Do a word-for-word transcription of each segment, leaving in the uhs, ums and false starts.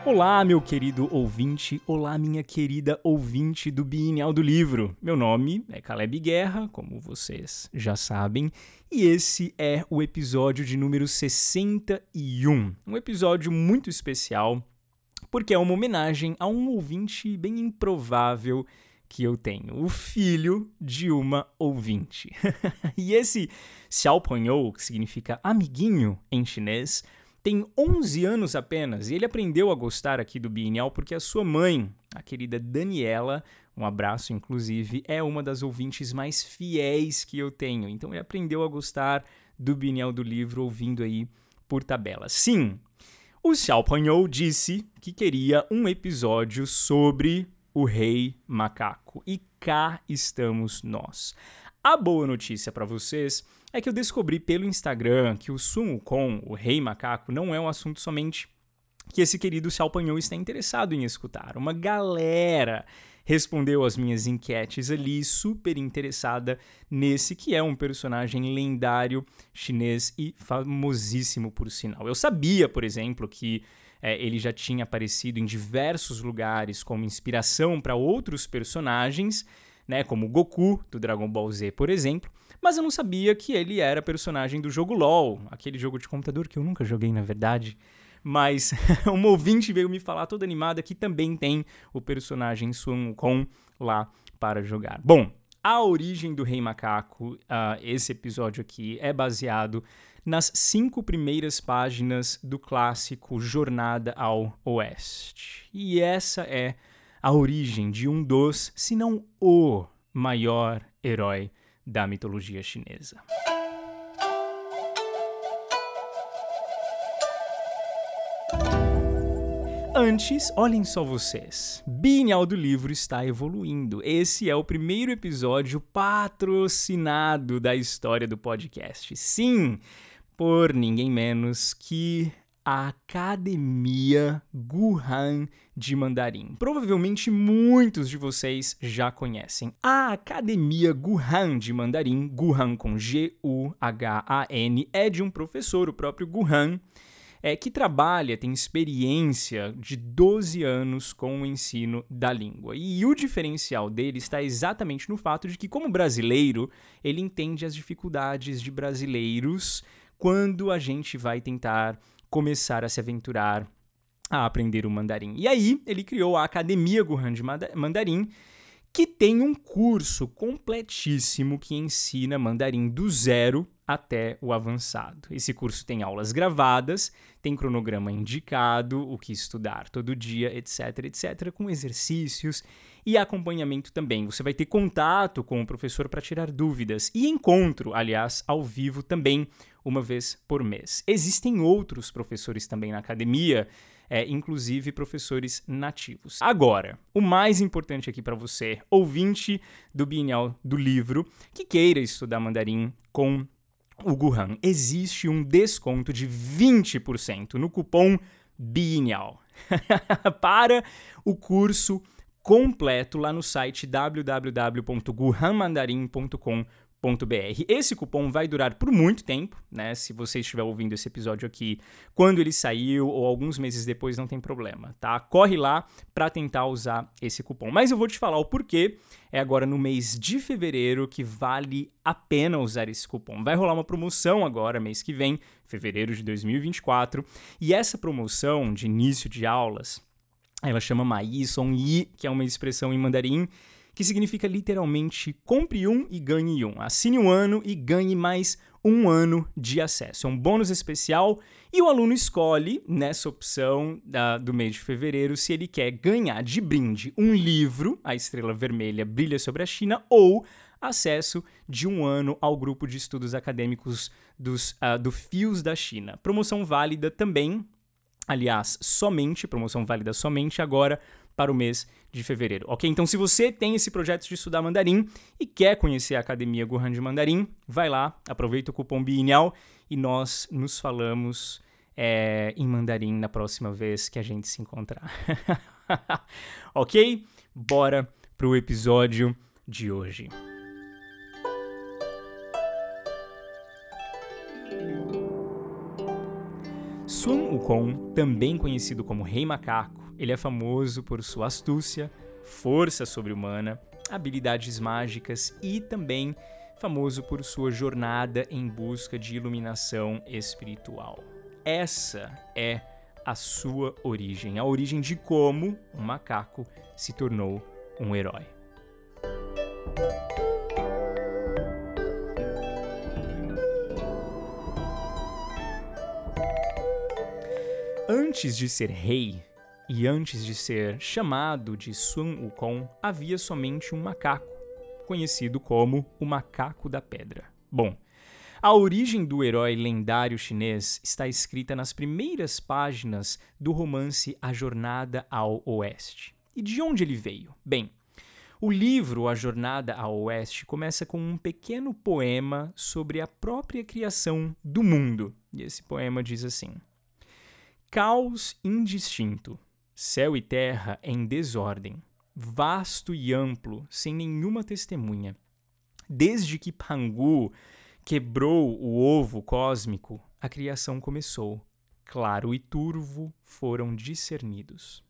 Olá, meu querido ouvinte, olá, minha querida ouvinte do Bienal do Livro. Meu nome é Caleb Guerra, como vocês já sabem, e esse é o episódio de número sessenta e um. Um episódio muito especial, porque é uma homenagem a um ouvinte bem improvável que eu tenho, o filho de uma ouvinte. E esse Xiao Ponhou, que significa amiguinho em chinês, tem onze anos apenas e ele aprendeu a gostar aqui do Bienal porque a sua mãe, a querida Daniela, um abraço inclusive, é uma das ouvintes mais fiéis que eu tenho. Então ele aprendeu a gostar do Bienal do Livro ouvindo aí por tabela. Sim, o Xiao Ponhou disse que queria um episódio sobre o Rei Macaco e cá estamos nós. A boa notícia para vocês é que eu descobri pelo Instagram que o Sun Wukong, o Rei Macaco, não é um assunto somente que esse querido Xiao Ponhou está interessado em escutar. Uma galera respondeu às minhas enquetes ali, super interessada nesse que é um personagem lendário chinês e famosíssimo por sinal. Eu sabia, por exemplo, que é, ele já tinha aparecido em diversos lugares como inspiração para outros personagens, né, como Goku, do Dragon Ball Z, por exemplo, mas eu não sabia que ele era personagem do jogo LoL, aquele jogo de computador que eu nunca joguei, na verdade, mas uma ouvinte veio me falar toda animada que também tem o personagem Sun Wukong lá para jogar. Bom, a origem do Rei Macaco, uh, esse episódio aqui, é baseado nas cinco primeiras páginas do clássico Jornada ao Oeste. E essa é a origem de um dos, se não o maior herói da mitologia chinesa. Antes, olhem só vocês, Bienal do Livro está evoluindo. Esse é o primeiro episódio patrocinado da história do podcast. Sim, por ninguém menos que a Academia Guhan de Mandarim. Provavelmente muitos de vocês já conhecem. A Academia Guhan de Mandarim, Guhan com G U H A N, é de um professor, o próprio Guhan, é, que trabalha, tem experiência de doze anos com o ensino da língua. E o diferencial dele está exatamente no fato de que, como brasileiro, ele entende as dificuldades de brasileiros quando a gente vai tentar começar a se aventurar a aprender o mandarim. E aí, ele criou a Academia Guhan de Mandarim, que tem um curso completíssimo que ensina mandarim do zero até o avançado. Esse curso tem aulas gravadas, tem cronograma indicado, o que estudar todo dia, etc, etc, com exercícios e acompanhamento também. Você vai ter contato com o professor para tirar dúvidas e encontro, aliás, ao vivo também, uma vez por mês. Existem outros professores também na academia, é, inclusive professores nativos. Agora, o mais importante aqui para você, ouvinte do Bienal do Livro, que queira estudar mandarim com o Guhan, existe um desconto de vinte por cento no cupom Bienal para o curso completo lá no site w w w ponto guhan mandarim ponto com ponto b r. Esse cupom vai durar por muito tempo, né? Se você estiver ouvindo esse episódio aqui quando ele saiu ou alguns meses depois, não tem problema, tá? Corre lá para tentar usar esse cupom. Mas eu vou te falar o porquê. É agora no mês de fevereiro que vale a pena usar esse cupom. Vai rolar uma promoção agora, mês que vem, fevereiro de dois mil e vinte e quatro, e essa promoção de início de aulas, ela chama Mai Song Yi, que é uma expressão em mandarim que significa literalmente compre um e ganhe um. Assine um ano e ganhe mais um ano de acesso. É um bônus especial e o aluno escolhe, nessa opção da, do mês de fevereiro, se ele quer ganhar de brinde um livro, A Estrela Vermelha Brilha Sobre a China, ou acesso de um ano ao grupo de estudos acadêmicos dos, uh, do Fios da China. Promoção válida também, aliás, somente, promoção válida somente agora, para o mês de fevereiro, ok? Então, se você tem esse projeto de estudar mandarim e quer conhecer a Academia Guhan de Mandarim, vai lá, aproveita o cupom Bienal e nós nos falamos é, em mandarim na próxima vez que a gente se encontrar. Ok? Bora pro episódio de hoje. Sun Wukong, também conhecido como Rei Macaco, ele é famoso por sua astúcia, força sobre-humana, habilidades mágicas e também famoso por sua jornada em busca de iluminação espiritual. Essa é a sua origem, a origem de como um macaco se tornou um herói. Antes de ser rei e antes de ser chamado de Sun Wukong, havia somente um macaco, conhecido como o Macaco da Pedra. Bom, a origem do herói lendário chinês está escrita nas primeiras páginas do romance A Jornada ao Oeste. E de onde ele veio? Bem, o livro A Jornada ao Oeste começa com um pequeno poema sobre a própria criação do mundo. E esse poema diz assim: Caos indistinto, céu e terra em desordem, vasto e amplo, sem nenhuma testemunha. Desde que Pangu quebrou o ovo cósmico, a criação começou. Claro e turvo foram discernidos.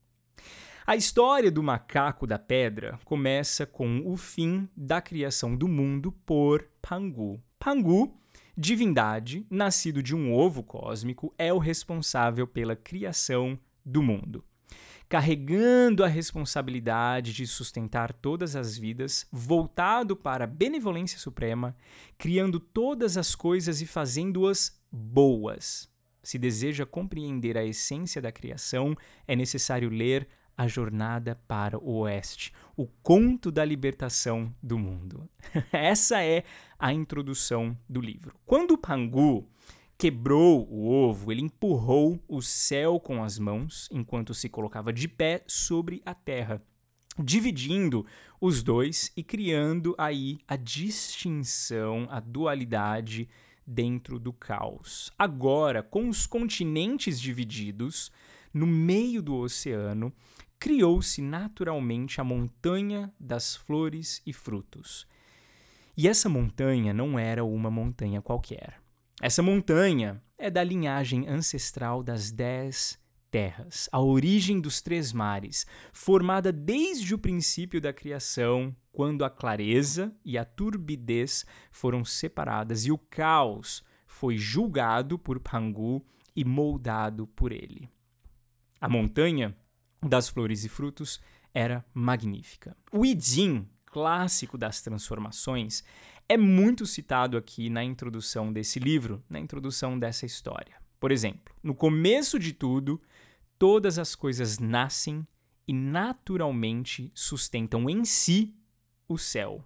A história do Macaco da Pedra começa com o fim da criação do mundo por Pangu. Pangu, divindade, nascido de um ovo cósmico, é o responsável pela criação do mundo. Carregando a responsabilidade de sustentar todas as vidas, voltado para a benevolência suprema, criando todas as coisas e fazendo-as boas. Se deseja compreender a essência da criação, é necessário ler A Jornada para o Oeste, o conto da libertação do mundo. Essa é a introdução do livro. Quando Pangu quebrou o ovo, ele empurrou o céu com as mãos, enquanto se colocava de pé sobre a terra, dividindo os dois e criando aí a distinção, a dualidade dentro do caos. Agora, com os continentes divididos, no meio do oceano, criou-se naturalmente a montanha das flores e frutos. E essa montanha não era uma montanha qualquer. Essa montanha é da linhagem ancestral das dez terras, a origem dos três mares, formada desde o princípio da criação, quando a clareza e a turbidez foram separadas e o caos foi julgado por Pangu e moldado por ele. A montanha das flores e frutos era magnífica. O I Ching, clássico das transformações, é muito citado aqui na introdução desse livro, na introdução dessa história. Por exemplo, no começo de tudo, todas as coisas nascem e naturalmente sustentam em si o céu.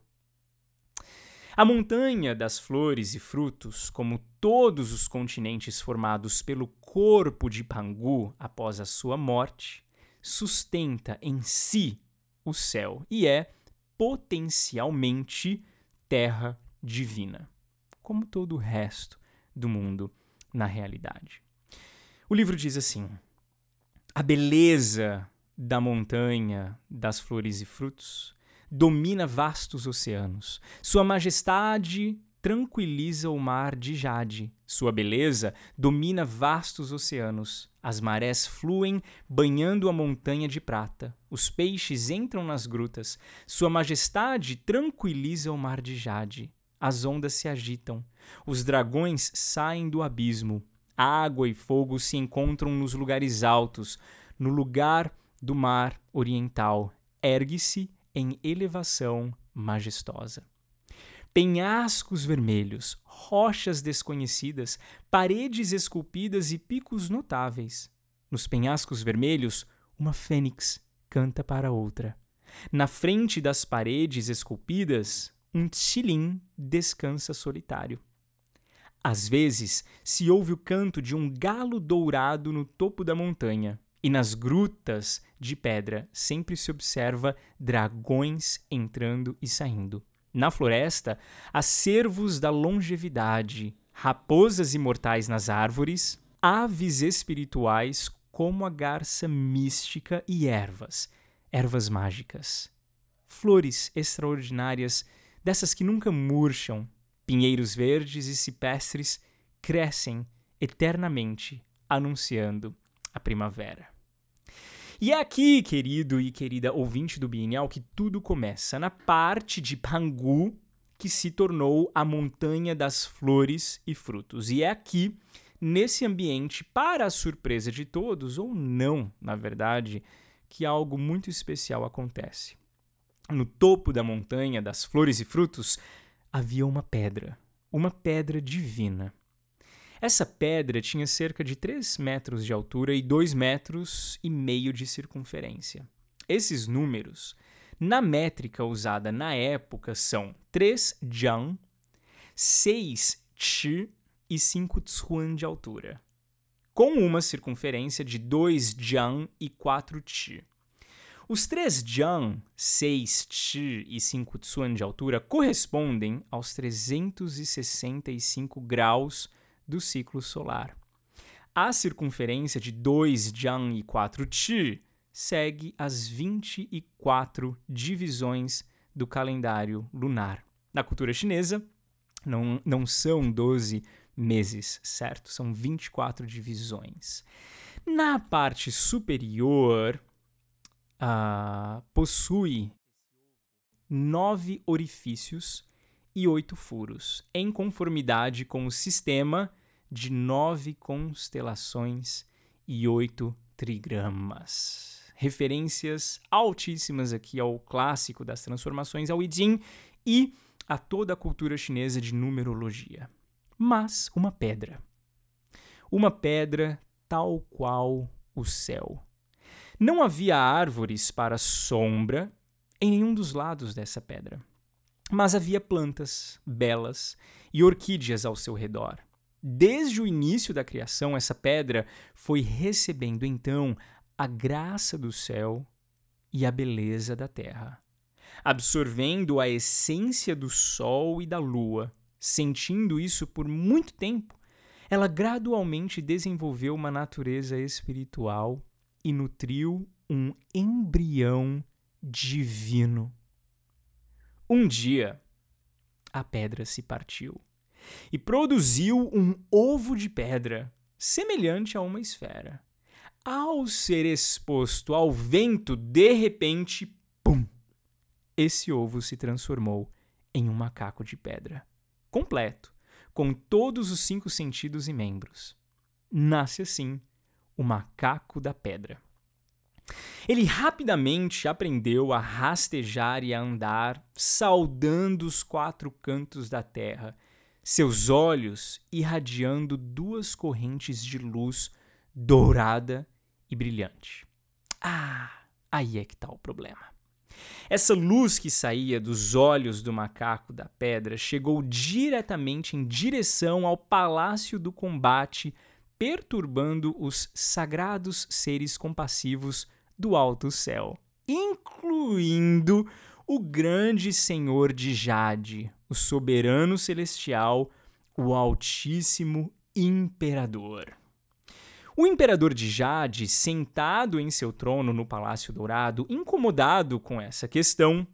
A montanha das flores e frutos, como todos os continentes formados pelo corpo de Pangu após a sua morte, sustenta em si o céu e é potencialmente terra divina, como todo o resto do mundo na realidade. O livro diz assim: a beleza da montanha das flores e frutos domina vastos oceanos. Sua majestade tranquiliza o mar de jade. Sua beleza domina vastos oceanos. As marés fluem banhando a montanha de prata. Os peixes entram nas grutas. Sua majestade tranquiliza o mar de jade. As ondas se agitam. Os dragões saem do abismo. Água e fogo se encontram nos lugares altos. No lugar do mar oriental, ergue-se em elevação majestosa. Penhascos vermelhos, rochas desconhecidas, paredes esculpidas e picos notáveis. Nos penhascos vermelhos, uma fênix canta para outra. Na frente das paredes esculpidas, um xilim descansa solitário. Às vezes, se ouve o canto de um galo dourado no topo da montanha, e nas grutas de pedra sempre se observa dragões entrando e saindo. Na floresta, há cervos da longevidade, raposas imortais nas árvores, aves espirituais como a garça mística e ervas, ervas mágicas. Flores extraordinárias, dessas que nunca murcham, pinheiros verdes e cipestres crescem eternamente anunciando a primavera. E é aqui, querido e querida ouvinte do Bienal, que tudo começa, na parte de Pangu, que se tornou a Montanha das Flores e Frutos. E é aqui, nesse ambiente, para a surpresa de todos, ou não, na verdade, que algo muito especial acontece. No topo da Montanha das Flores e Frutos havia uma pedra, uma pedra divina. Essa pedra tinha cerca de três metros de altura e dois metros e meio de circunferência. Esses números, na métrica usada na época, são três jiang, seis chi e cinco tsuan de altura, com uma circunferência de dois jiang e quatro chi. Os três jiang, seis chi e cinco tsuan de altura correspondem aos trezentos e sessenta e cinco graus do ciclo solar. A circunferência de dois jiang e quatro chi segue as vinte e quatro divisões do calendário lunar. Na cultura chinesa, não, não são doze meses, certo? São vinte e quatro divisões. Na parte superior, uh, possui nove orifícios e oito furos, em conformidade com o sistema de nove constelações e oito trigramas. Referências altíssimas aqui ao clássico das transformações, ao I Ching e a toda a cultura chinesa de numerologia. Mas uma pedra. Uma pedra tal qual o céu. Não havia árvores para sombra em nenhum dos lados dessa pedra. Mas havia plantas belas e orquídeas ao seu redor. Desde o início da criação, essa pedra foi recebendo, então, a graça do céu e a beleza da terra, absorvendo a essência do sol e da lua. Sentindo isso por muito tempo, ela gradualmente desenvolveu uma natureza espiritual e nutriu um embrião divino. Um dia, a pedra se partiu e produziu um ovo de pedra, semelhante a uma esfera. Ao ser exposto ao vento, de repente, pum! Esse ovo se transformou em um macaco de pedra, completo, com todos os cinco sentidos e membros. Nasce assim o macaco da pedra. Ele rapidamente aprendeu a rastejar e a andar, saudando os quatro cantos da terra, seus olhos irradiando duas correntes de luz dourada e brilhante. Ah, aí é que está o problema. Essa luz que saía dos olhos do macaco da pedra chegou diretamente em direção ao Palácio do Combate, perturbando os sagrados seres compassivos do alto céu, incluindo o grande senhor de Jade, o soberano celestial, o Altíssimo Imperador. O imperador de Jade, sentado em seu trono no Palácio Dourado, incomodado com essa questão,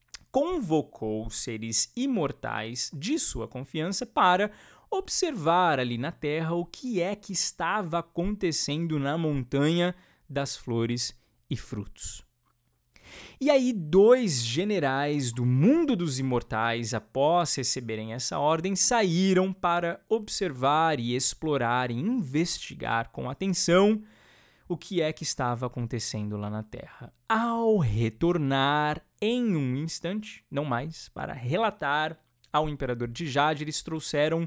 convocou os seres imortais de sua confiança para observar ali na Terra o que é que estava acontecendo na Montanha das Flores e Frutos. E aí, dois generais do mundo dos imortais, após receberem essa ordem, saíram para observar e explorar e investigar com atenção o que é que estava acontecendo lá na Terra. Ao retornar em um instante, não mais, para relatar ao imperador de Jade, eles trouxeram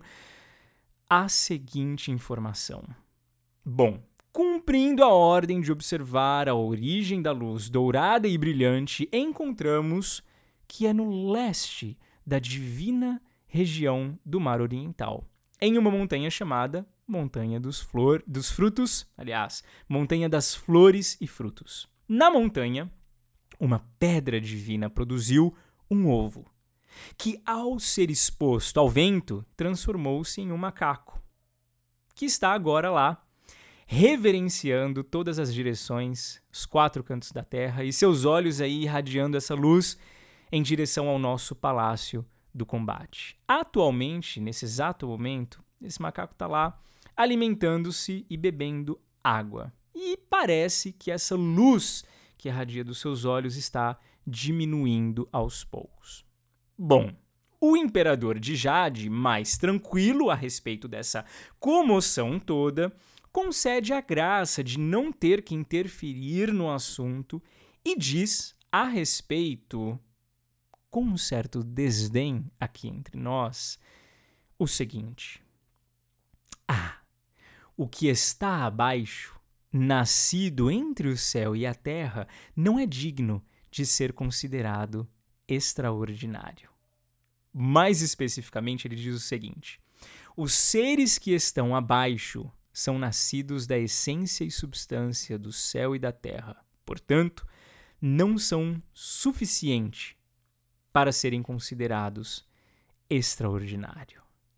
a seguinte informação. Bom, cumprindo a ordem de observar a origem da luz dourada e brilhante, encontramos que é no leste da divina região do Mar Oriental, em uma montanha chamada Montanha dos, Flor... dos Frutos, aliás, Montanha das Flores e Frutos. Na montanha, uma pedra divina produziu um ovo, que ao ser exposto ao vento, transformou-se em um macaco, que está agora lá, reverenciando todas as direções, os quatro cantos da terra, e seus olhos aí irradiando essa luz em direção ao nosso Palácio do Combate. Atualmente, nesse exato momento, esse macaco está lá alimentando-se e bebendo água. E parece que essa luz que irradia dos seus olhos está diminuindo aos poucos. Bom, o imperador de Jade, mais tranquilo a respeito dessa comoção toda, concede a graça de não ter que interferir no assunto e diz a respeito, com um certo desdém aqui entre nós, o seguinte: Ah, o que está abaixo, nascido entre o céu e a terra, não é digno de ser considerado extraordinário. Mais especificamente, ele diz o seguinte: os seres que estão abaixo são nascidos da essência e substância do céu e da terra. Portanto, não são suficientes para serem considerados extraordinário.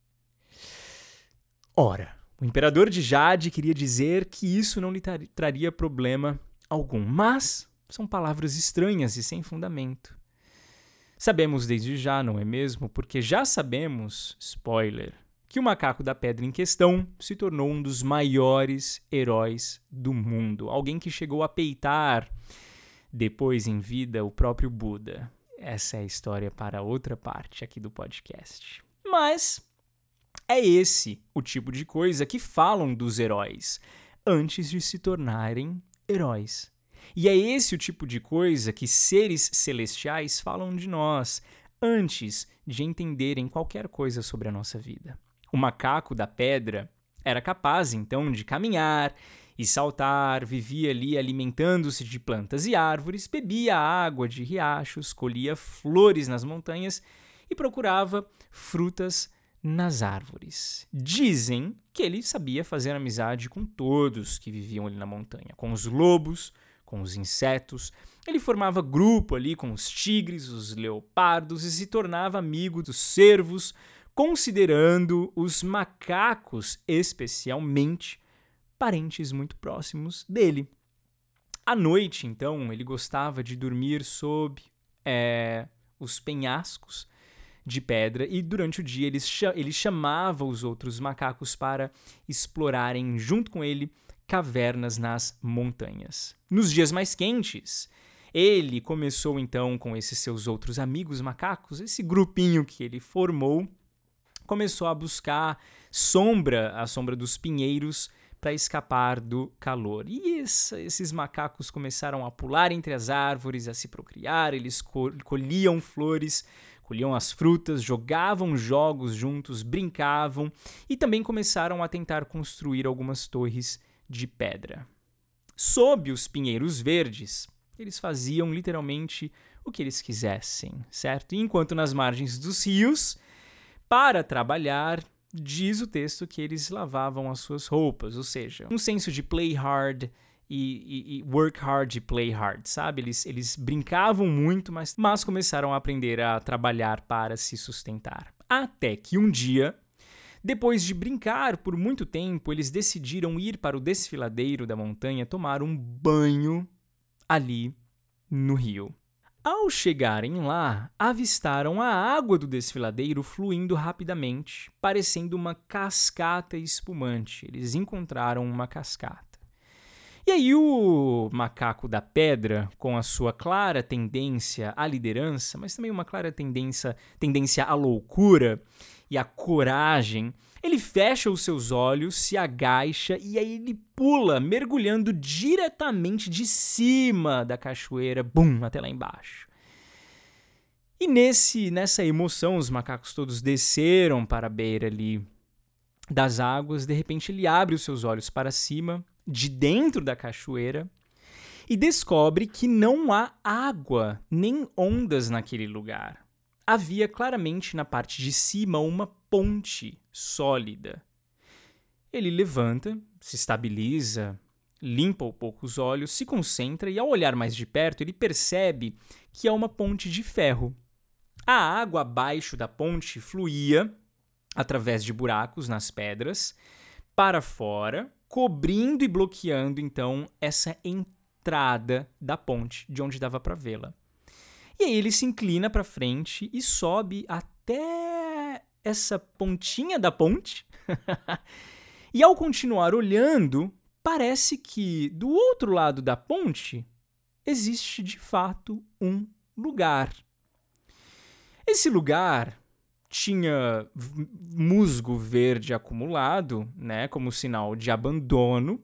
Ora, o imperador de Jade queria dizer que isso não lhe tra- traria problema algum, mas são palavras estranhas e sem fundamento. Sabemos desde já, não é mesmo? Porque já sabemos, spoiler, que o macaco da pedra em questão se tornou um dos maiores heróis do mundo. Alguém que chegou a peitar, depois em vida, o próprio Buda. Essa é a história para outra parte aqui do podcast. Mas é esse o tipo de coisa que falam dos heróis antes de se tornarem heróis. E é esse o tipo de coisa que seres celestiais falam de nós antes de entenderem qualquer coisa sobre a nossa vida. O macaco da pedra era capaz, então, de caminhar e saltar, vivia ali alimentando-se de plantas e árvores, bebia água de riachos, colhia flores nas montanhas e procurava frutas nas árvores. Dizem que ele sabia fazer amizade com todos que viviam ali na montanha, com os lobos, com os insetos. Ele formava grupo ali com os tigres, os leopardos e se tornava amigo dos cervos, considerando os macacos especialmente parentes muito próximos dele. À noite, então, ele gostava de dormir sob é, os penhascos de pedra e durante o dia ele, ele chamava os outros macacos para explorarem junto com ele cavernas nas montanhas. Nos dias mais quentes, ele começou então com esses seus outros amigos macacos, esse grupinho que ele formou, começou a buscar sombra, a sombra dos pinheiros, para escapar do calor. E essa, esses macacos começaram a pular entre as árvores, a se procriar, eles colhiam flores, colhiam as frutas, jogavam jogos juntos, brincavam e também começaram a tentar construir algumas torres de pedra. Sob os pinheiros verdes, eles faziam literalmente o que eles quisessem, certo? E enquanto nas margens dos rios, para trabalhar, diz o texto que eles lavavam as suas roupas, ou seja, um senso de play hard e, e, e work hard e play hard, sabe? Eles, eles brincavam muito, mas, mas começaram a aprender a trabalhar para se sustentar. Até que um dia, depois de brincar por muito tempo, eles decidiram ir para o desfiladeiro da montanha tomar um banho ali no rio. Ao chegarem lá, avistaram a água do desfiladeiro fluindo rapidamente, parecendo uma cascata espumante. Eles encontraram uma cascata. E aí o macaco da pedra, com a sua clara tendência à liderança, mas também uma clara tendência, tendência à loucura e à coragem, ele fecha os seus olhos, se agacha e aí ele pula, mergulhando diretamente de cima da cachoeira, bum, até lá embaixo. E nesse, nessa emoção, os macacos todos desceram para a beira ali das águas. De repente ele abre os seus olhos para cima, de dentro da cachoeira, e descobre que não há água nem ondas naquele lugar. Havia claramente na parte de cima uma ponte sólida. Ele levanta, se estabiliza, limpa um pouco os olhos, se concentra e ao olhar mais de perto ele percebe que é uma ponte de ferro. A água abaixo da ponte fluía através de buracos nas pedras para fora, cobrindo e bloqueando então essa entrada da ponte de onde dava para vê-la. E aí ele se inclina para frente e sobe até essa pontinha da ponte E ao continuar olhando, parece que do outro lado da ponte existe de fato um lugar. Esse lugar tinha musgo verde acumulado, né, como sinal de abandono,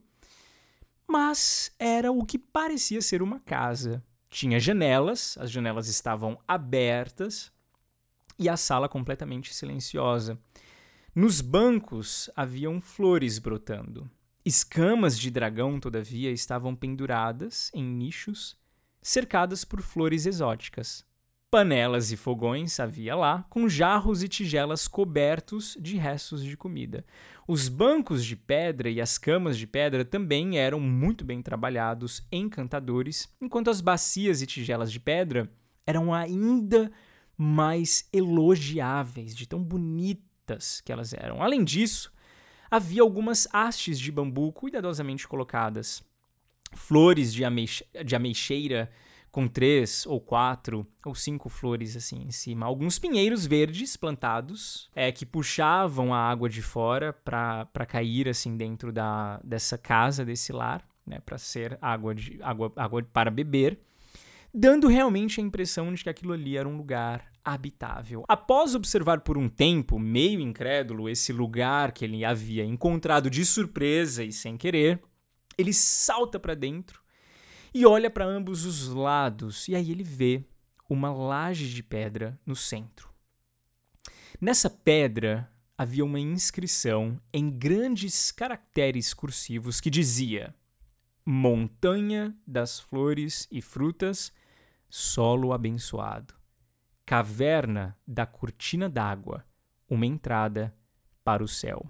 mas era o que parecia ser uma casa. Tinha janelas, as janelas estavam abertas e a sala completamente silenciosa. Nos bancos haviam flores brotando. Escamas de dragão, todavia, estavam penduradas em nichos, cercadas por flores exóticas. Panelas e fogões havia lá, com jarros e tigelas cobertos de restos de comida. Os bancos de pedra e as camas de pedra também eram muito bem trabalhados, encantadores, enquanto as bacias e tigelas de pedra eram ainda mais elogiáveis, de tão bonitas que elas eram. Além disso, havia algumas hastes de bambu cuidadosamente colocadas, flores de, ameixe- de ameixeira com três ou quatro ou cinco flores assim em cima. Alguns pinheiros verdes plantados é, que puxavam a água de fora para cair assim dentro da, dessa casa, desse lar, né, para ser água, de, água, água para beber, dando realmente a impressão de que aquilo ali era um lugar habitável. Após observar por um tempo, meio incrédulo, esse lugar que ele havia encontrado de surpresa e sem querer, ele salta para dentro e olha para ambos os lados, e aí ele vê uma laje de pedra no centro. Nessa pedra havia uma inscrição em grandes caracteres cursivos que dizia: Montanha das Flores e Frutas, Solo Abençoado. Caverna da Cortina d'Água, uma entrada para o céu.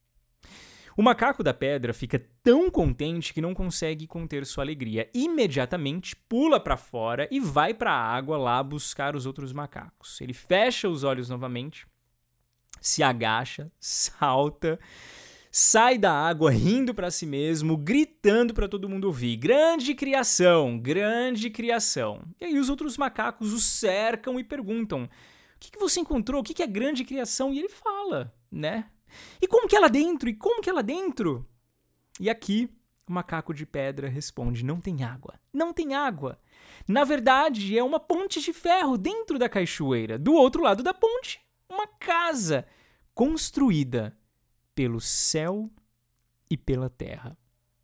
O macaco da pedra fica tão contente que não consegue conter sua alegria. Imediatamente pula para fora e vai para a água lá buscar os outros macacos. Ele fecha os olhos novamente, se agacha, salta, sai da água rindo para si mesmo, gritando para todo mundo ouvir: grande criação, grande criação. E aí os outros macacos o cercam e perguntam: o que, que você encontrou? O que, que é grande criação? E ele fala, né? E como que é lá dentro? E como que é lá dentro? E aqui, o macaco de pedra responde: não tem água. Não tem água. Na verdade, é uma ponte de ferro dentro da cachoeira. Do outro lado da ponte, uma casa construída pelo céu e pela terra.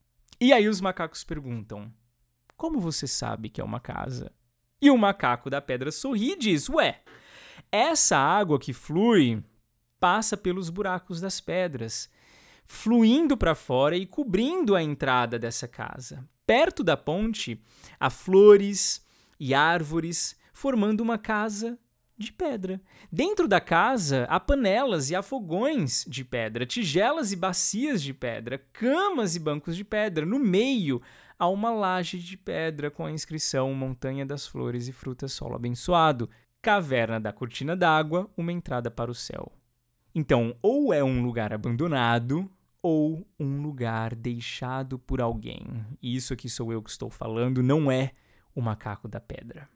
E aí os macacos perguntam: como você sabe que é uma casa? E o macaco da pedra sorri e diz: ué, essa água que flui passa pelos buracos das pedras, fluindo para fora e cobrindo a entrada dessa casa. Perto da ponte, há flores e árvores formando uma casa de pedra. Dentro da casa, há panelas e há fogões de pedra, tigelas e bacias de pedra, camas e bancos de pedra. No meio, há uma laje de pedra com a inscrição Montanha das Flores e Frutas, Solo Abençoado. Caverna da Cortina d'Água, uma entrada para o céu. Então, ou é um lugar abandonado, ou um lugar deixado por alguém. E isso aqui sou eu que estou falando, não é o macaco da pedra.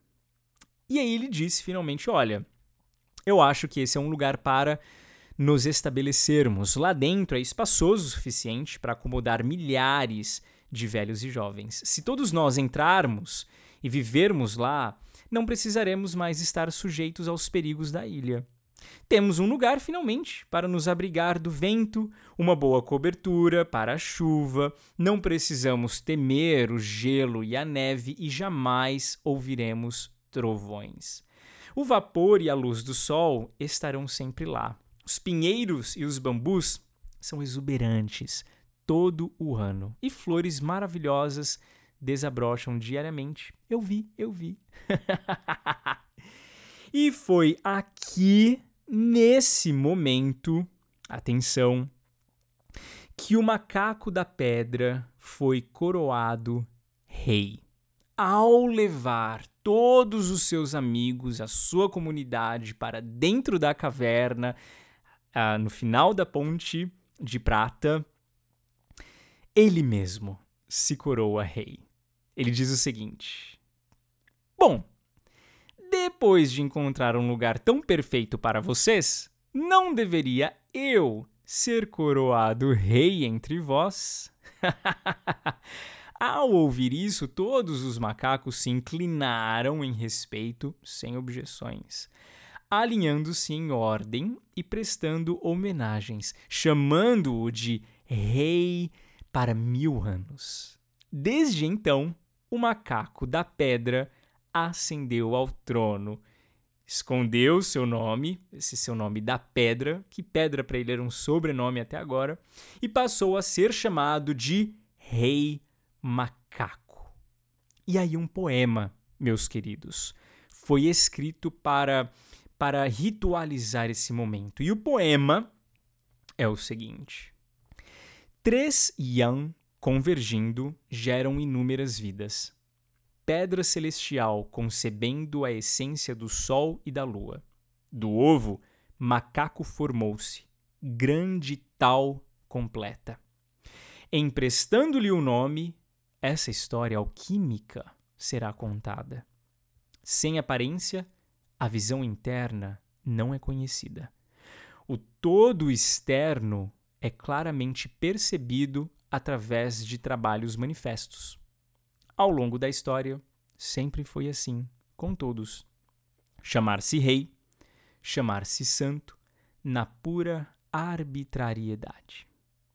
E aí ele disse finalmente: olha, eu acho que esse é um lugar para nos estabelecermos. Lá dentro é espaçoso o suficiente para acomodar milhares de velhos e jovens. Se todos nós entrarmos e vivermos lá, não precisaremos mais estar sujeitos aos perigos da ilha. Temos um lugar, finalmente, para nos abrigar do vento, uma boa cobertura para a chuva, não precisamos temer o gelo e a neve e jamais ouviremos trovões. O vapor e a luz do sol estarão sempre lá. Os pinheiros e os bambus são exuberantes todo o ano e flores maravilhosas desabrocham diariamente. Eu vi, eu vi. E foi aqui, nesse momento, atenção, que o macaco da pedra foi coroado rei. Ao levar todos os seus amigos, a sua comunidade para dentro da caverna, ah, no final da ponte de prata, ele mesmo se coroa rei. Ele diz o seguinte: bom, depois de encontrar um lugar tão perfeito para vocês, não deveria eu ser coroado rei entre vós? Ao ouvir isso, todos os macacos se inclinaram em respeito, sem objeções, alinhando-se em ordem e prestando homenagens, chamando-o de rei para mil anos. Desde então, o macaco da pedra ascendeu ao trono, escondeu seu nome, esse seu nome da pedra, que pedra para ele era um sobrenome até agora, e passou a ser chamado de Rei Macaco. E aí um poema, meus queridos, foi escrito para, para ritualizar esse momento. E o poema é o seguinte: Três Yang convergindo geram inúmeras vidas. Pedra celestial concebendo a essência do sol e da lua. Do ovo, macaco formou-se, grande tal completa. Emprestando-lhe o nome, essa história alquímica será contada. Sem aparência, a visão interna não é conhecida. O todo externo é claramente percebido através de trabalhos manifestos. Ao longo da história, sempre foi assim, com todos. Chamar-se rei, chamar-se santo, na pura arbitrariedade.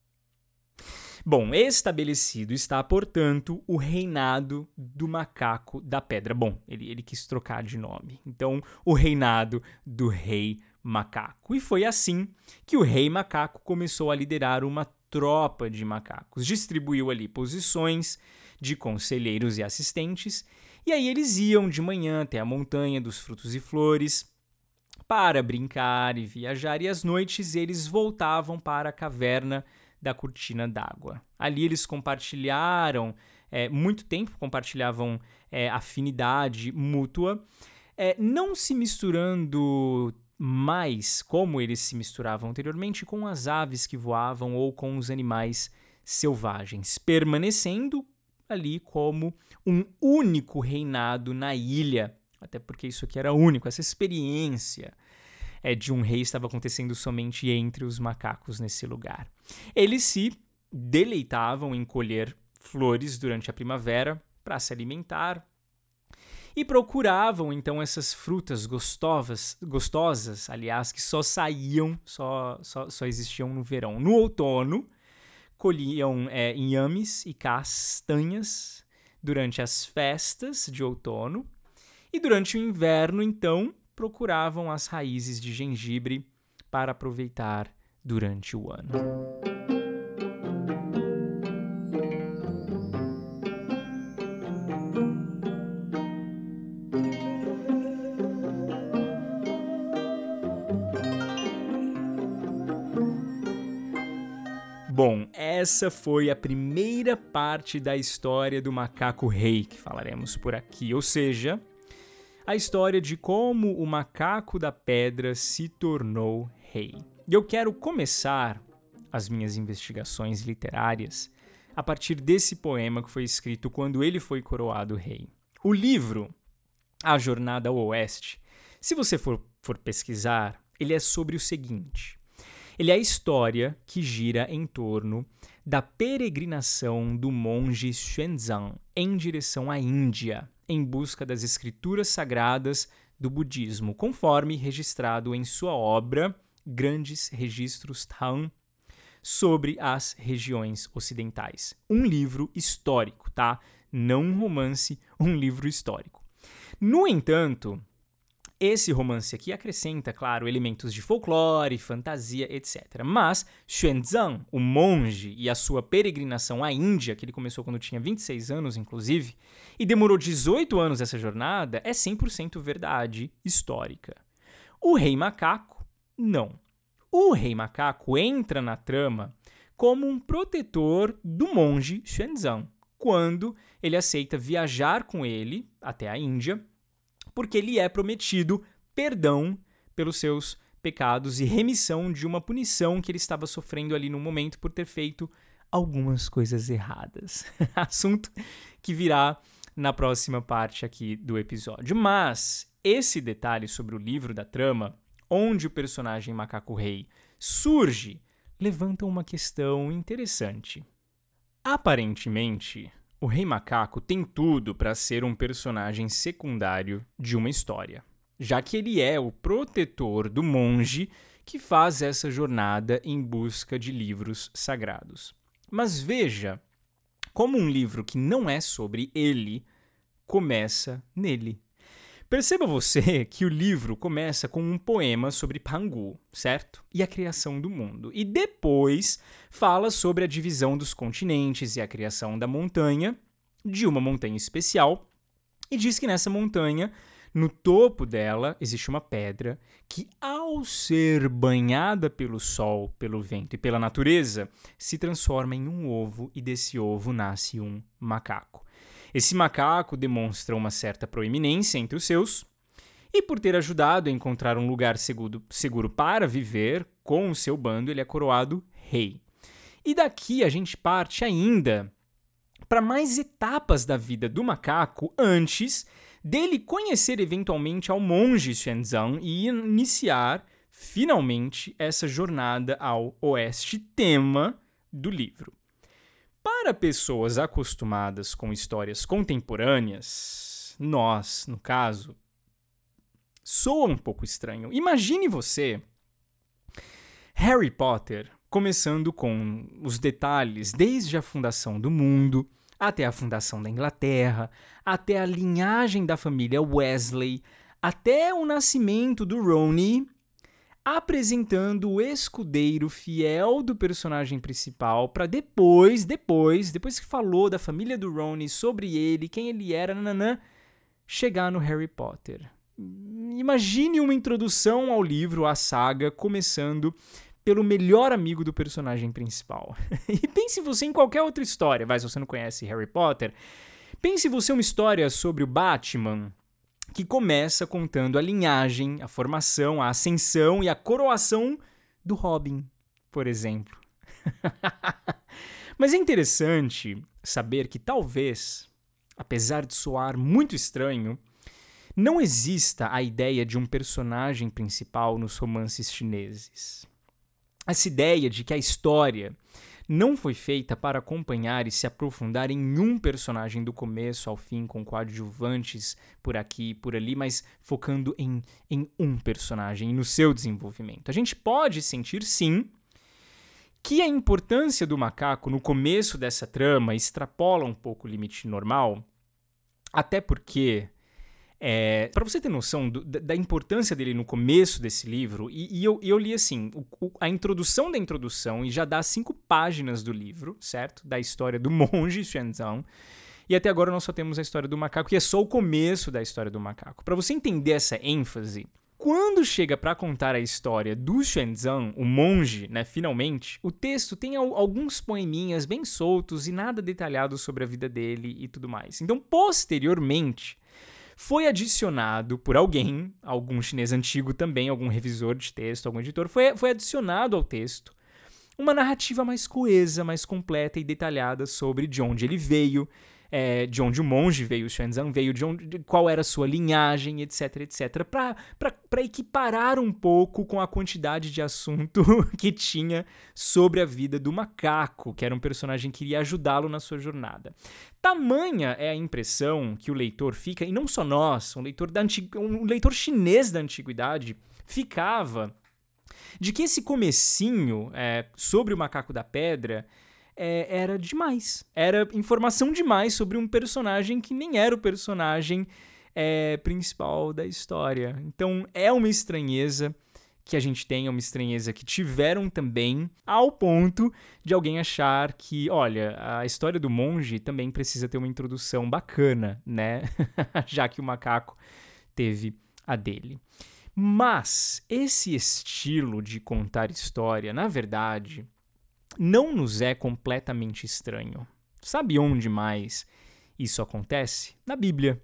Bom, estabelecido está, portanto, o reinado do macaco da pedra. Bom, ele, ele quis trocar de nome. Então, o reinado do rei macaco. E foi assim que o rei macaco começou a liderar uma tropa de macacos. Distribuiu ali posições de conselheiros e assistentes, e aí eles iam de manhã até a montanha dos frutos e flores para brincar e viajar, e às noites eles voltavam para a caverna da cortina d'água. Ali eles compartilharam, é, muito tempo compartilhavam é, afinidade mútua, é, não se misturando mais como eles se misturavam anteriormente com as aves que voavam ou com os animais selvagens, permanecendo ali como um único reinado na ilha, até porque isso aqui era único, essa experiência é, de um rei estava acontecendo somente entre os macacos nesse lugar. Eles se deleitavam em colher flores durante a primavera para se alimentar e procuravam então essas frutas gostosas, gostosas, aliás, que só saíam, só, só, só existiam no verão. No outono, colhiam é, inhames e castanhas durante as festas de outono e durante o inverno, então, procuravam as raízes de gengibre para aproveitar durante o ano. Bom, essa foi a primeira parte da história do macaco rei que falaremos por aqui, ou seja, a história de como o macaco da pedra se tornou rei. E eu quero começar as minhas investigações literárias a partir desse poema que foi escrito quando ele foi coroado rei. O livro A Jornada ao Oeste, se você for, for pesquisar, ele é sobre o seguinte: ele é a história que gira em torno da peregrinação do monge Xuanzang em direção à Índia, em busca das escrituras sagradas do budismo, conforme registrado em sua obra Grandes Registros Tang sobre as regiões ocidentais. Um livro histórico, tá? Não um romance, um livro histórico. No entanto, esse romance aqui acrescenta, claro, elementos de folclore, fantasia, etcétera. Mas Xuanzang, o monge, e a sua peregrinação à Índia, que ele começou quando tinha vinte e seis anos, inclusive, e demorou dezoito anos essa jornada, é cem por cento verdade histórica. O Rei Macaco, não. O Rei Macaco entra na trama como um protetor do monge Xuanzang, quando ele aceita viajar com ele até a Índia, porque lhe é prometido perdão pelos seus pecados e remissão de uma punição que ele estava sofrendo ali no momento por ter feito algumas coisas erradas. Assunto que virá na próxima parte aqui do episódio. Mas esse detalhe sobre o livro da trama, onde o personagem Macaco Rei surge levantam uma questão interessante. Aparentemente, o Rei Macaco tem tudo para ser um personagem secundário de uma história, já que ele é o protetor do monge que faz essa jornada em busca de livros sagrados. Mas veja como um livro que não é sobre ele começa nele. Perceba você que o livro começa com um poema sobre Pangu, certo? E a criação do mundo. E depois fala sobre a divisão dos continentes e a criação da montanha, de uma montanha especial, e diz que nessa montanha, no topo dela, existe uma pedra que, ao ser banhada pelo sol, pelo vento e pela natureza, se transforma em um ovo e desse ovo nasce um macaco. Esse macaco demonstra uma certa proeminência entre os seus, e por ter ajudado a encontrar um lugar seguro, seguro para viver com o seu bando, ele é coroado rei. E daqui a gente parte ainda para mais etapas da vida do macaco antes dele conhecer eventualmente ao monge Xuanzang e iniciar finalmente essa jornada ao oeste, tema do livro. Para pessoas acostumadas com histórias contemporâneas, nós, no caso, soa um pouco estranho. Imagine você, Harry Potter, começando com os detalhes desde a fundação do mundo, até a fundação da Inglaterra, até a linhagem da família Weasley, até o nascimento do Rony, apresentando o escudeiro fiel do personagem principal para depois, depois, depois que falou da família do Rony, sobre ele, quem ele era, nananã, chegar no Harry Potter. Imagine uma introdução ao livro, à saga, começando pelo melhor amigo do personagem principal. E pense você em qualquer outra história, vai, se você não conhece Harry Potter, pense você uma história sobre o Batman, que começa contando a linhagem, a formação, a ascensão e a coroação do Robin, por exemplo. Mas é interessante saber que talvez, apesar de soar muito estranho, não exista a ideia de um personagem principal nos romances chineses. Essa ideia de que a história não foi feita para acompanhar e se aprofundar em um personagem do começo ao fim, com coadjuvantes por aqui e por ali, mas focando em, em um personagem e no seu desenvolvimento. A gente pode sentir, sim, que a importância do macaco no começo dessa trama extrapola um pouco o limite normal, até porque, é, para você ter noção do, da importância dele no começo desse livro, e, e eu, eu li assim, o, o, a introdução da introdução, e já dá cinco páginas do livro, certo? Da história do monge Xuanzang, e até agora nós só temos a história do macaco, que é só o começo da história do macaco. Para você entender essa ênfase, quando chega para contar a história do Xuanzang, o monge, né, finalmente, o texto tem al- alguns poeminhas bem soltos e nada detalhado sobre a vida dele e tudo mais. Então, posteriormente, foi adicionado por alguém, algum chinês antigo também, algum revisor de texto, algum editor, foi, foi adicionado ao texto uma narrativa mais coesa, mais completa e detalhada sobre de onde ele veio, é, de onde o monge veio, o Xuanzang veio, de onde, de qual era a sua linhagem, etc, etc, para equiparar um pouco com a quantidade de assunto que tinha sobre a vida do macaco, que era um personagem que iria ajudá-lo na sua jornada. Tamanha é a impressão que o leitor fica, e não só nós, um leitor, da antig... um leitor chinês da antiguidade ficava, de que esse comecinho é, sobre o Macaco da Pedra é, era demais. Era informação demais sobre um personagem que nem era o personagem é, principal da história. Então é uma estranheza que a gente tem, é uma estranheza que tiveram também, ao ponto de alguém achar que, olha, a história do monge também precisa ter uma introdução bacana, né? Já que o macaco teve a dele. Mas esse estilo de contar história, na verdade, não nos é completamente estranho. Sabe onde mais isso acontece? Na Bíblia.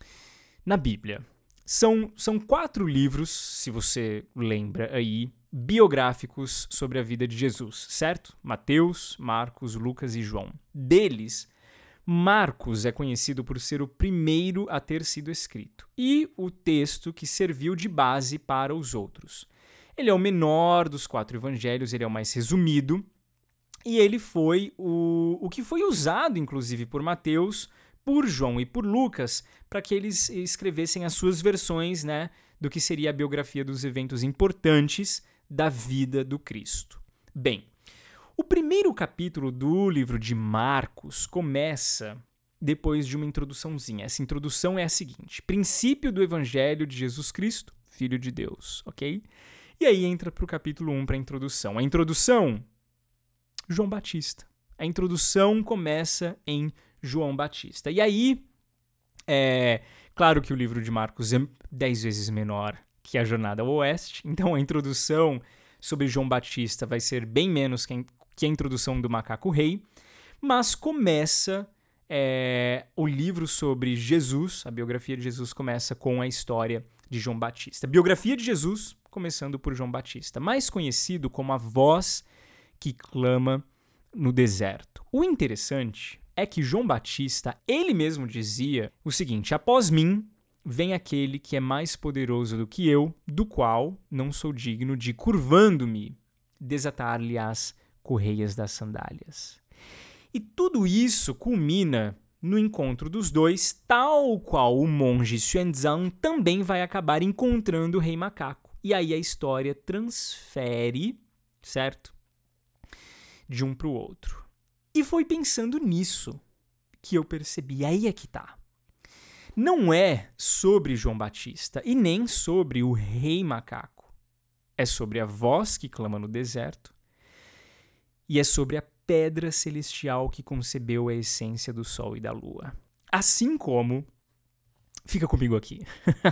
Na Bíblia. São, são quatro livros, se você lembra aí, biográficos sobre a vida de Jesus, certo? Mateus, Marcos, Lucas e João. Deles, Marcos é conhecido por ser o primeiro a ter sido escrito e o texto que serviu de base para os outros. Ele é o menor dos quatro evangelhos, ele é o mais resumido, e ele foi o, o que foi usado, inclusive, por Mateus, por João e por Lucas, para que eles escrevessem as suas versões, né, do que seria a biografia dos eventos importantes da vida do Cristo. Bem, o primeiro capítulo do livro de Marcos começa depois de uma introduçãozinha. Essa introdução é a seguinte: princípio do Evangelho de Jesus Cristo, Filho de Deus, ok? E aí entra para o capítulo um, para a introdução. A introdução, João Batista. A introdução começa em João Batista. E aí, é claro que o livro de Marcos é dez vezes menor que a Jornada ao Oeste, então a introdução sobre João Batista vai ser bem menos que a introdução do Macaco Rei, mas começa é, o livro sobre Jesus, a biografia de Jesus começa com a história de João Batista. Biografia de Jesus, começando por João Batista, mais conhecido como a voz que clama no deserto. O interessante é que João Batista, ele mesmo dizia o seguinte: após mim vem aquele que é mais poderoso do que eu, do qual não sou digno de, curvando-me, desatar-lhe as correias das sandálias. E tudo isso culmina no encontro dos dois, tal qual o monge Xuanzang também vai acabar encontrando o Rei Macaco. E aí a história transfere, certo? De um para o outro. E foi pensando nisso que eu percebi, aí é que tá. Não é sobre João Batista e nem sobre o Rei Macaco. É sobre a voz que clama no deserto e é sobre a pedra celestial que concebeu a essência do Sol e da Lua. Assim como... Fica comigo aqui.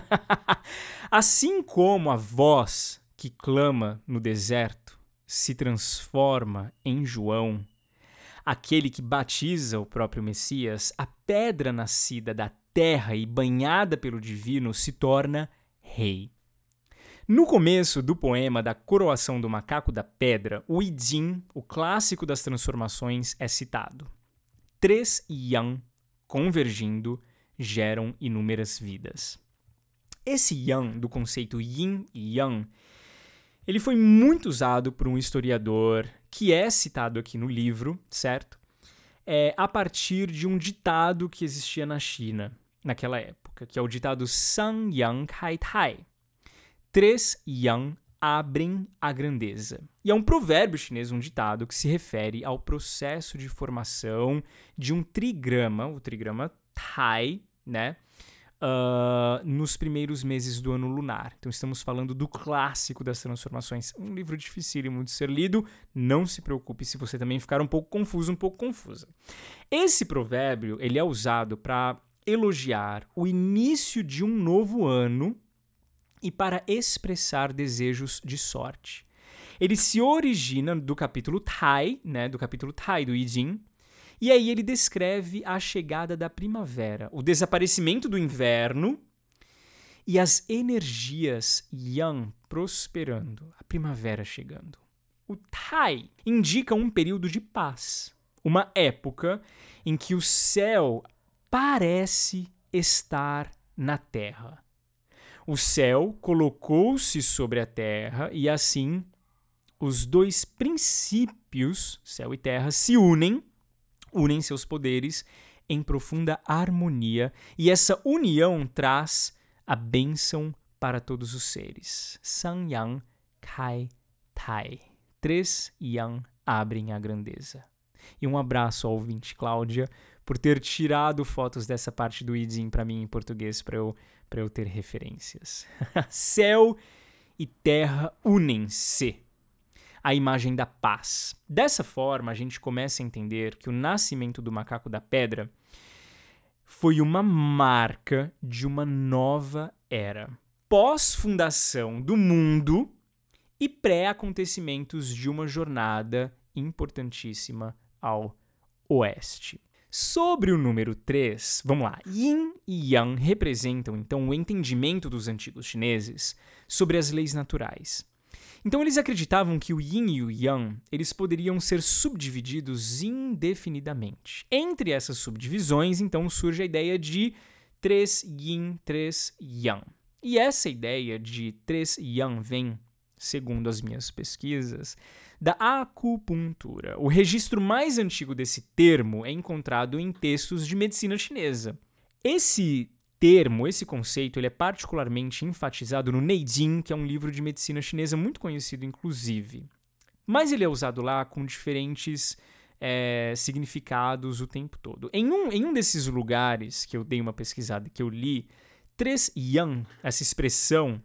Assim como a voz que clama no deserto se transforma em João, aquele que batiza o próprio Messias, a pedra nascida da terra e banhada pelo divino se torna rei. No começo do poema da Coroação do Macaco da Pedra, o I Ching, o clássico das transformações, é citado. Três Yang convergindo geram inúmeras vidas. Esse Yang, do conceito Yin e Yang, ele foi muito usado por um historiador que é citado aqui no livro, certo? É, a partir de um ditado que existia na China naquela época, que é o ditado San Yang Kai Tai. Três Yang abrem a grandeza. E é um provérbio chinês, um ditado, que se refere ao processo de formação de um trigrama, o trigrama Tai, né? Uh, nos primeiros meses do ano lunar. Então estamos falando do clássico das transformações. Um livro dificílimo de ser lido. Não se preocupe se você também ficar um pouco confuso, um pouco confusa. Esse provérbio ele é usado para elogiar o início de um novo ano e para expressar desejos de sorte. Ele se origina do capítulo Tai, né, do capítulo Tai do I Ching, e aí ele descreve a chegada da primavera, o desaparecimento do inverno e as energias Yang prosperando, a primavera chegando. O Tai indica um período de paz, uma época em que o céu parece estar na terra. O céu colocou-se sobre a terra e assim os dois princípios, céu e terra, se unem, unem seus poderes em profunda harmonia e essa união traz a bênção para todos os seres. San Yang Kai Tai. Três Yang abrem a grandeza. E um abraço ao ouvinte Cláudia por ter tirado fotos dessa parte do I Ching para mim em português para eu, para eu ter referências. Céu e terra unem-se. A imagem da paz. Dessa forma, a gente começa a entender que o nascimento do Macaco da Pedra foi uma marca de uma nova era. Pós-fundação do mundo e pré-acontecimentos de uma jornada importantíssima ao oeste. Sobre o número três, vamos lá. Yin e Yang representam, então, o entendimento dos antigos chineses sobre as leis naturais. Então, eles acreditavam que o Yin e o Yang eles poderiam ser subdivididos indefinidamente. Entre essas subdivisões, então, surge a ideia de três Yin, três Yang. E essa ideia de três Yang vem segundo as minhas pesquisas, da acupuntura. O registro mais antigo desse termo é encontrado em textos de medicina chinesa. Esse termo, esse conceito, ele é particularmente enfatizado no Neijing, que é um livro de medicina chinesa muito conhecido, inclusive. Mas ele é usado lá com diferentes é, significados o tempo todo. Em um, em um desses lugares que eu dei uma pesquisada, que eu li, três yang, essa expressão,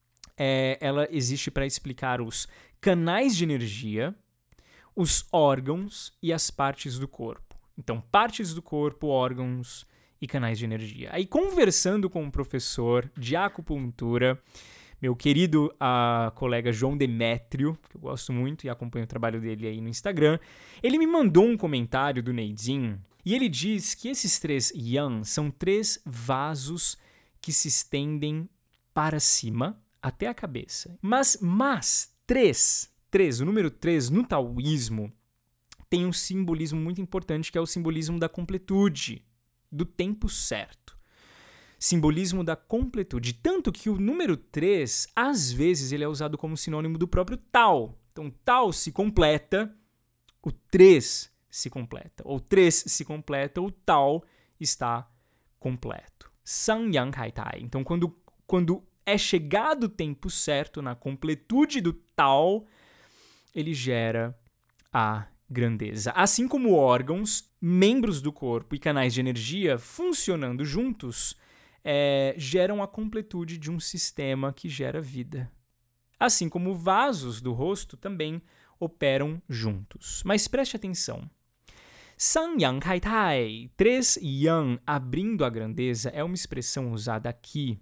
é, ela existe para explicar os canais de energia, os órgãos e as partes do corpo. Então, partes do corpo, órgãos e canais de energia. Aí, conversando com um professor de acupuntura, meu querido uh, colega João Demétrio, que eu gosto muito e acompanho o trabalho dele aí no Instagram, ele me mandou um comentário do Neijing e ele diz que esses três yang são três vasos que se estendem para cima até a cabeça. Mas, mas, três, três, o número três no taoísmo tem um simbolismo muito importante, que é o simbolismo da completude, do tempo certo. Simbolismo da completude. Tanto que o número três, às vezes, ele é usado como sinônimo do próprio Tao. Então, Tao se completa, o três se completa. Ou três se completa, o Tao está completo. Sang Yang Kai Tai. Então, quando, quando é chegado o tempo certo, na completude do Tao, ele gera a grandeza. Assim como órgãos, membros do corpo e canais de energia funcionando juntos é, geram a completude de um sistema que gera vida. Assim como vasos do rosto também operam juntos. Mas preste atenção. Sang Yang Kai Tai, três yang abrindo a grandeza, é uma expressão usada aqui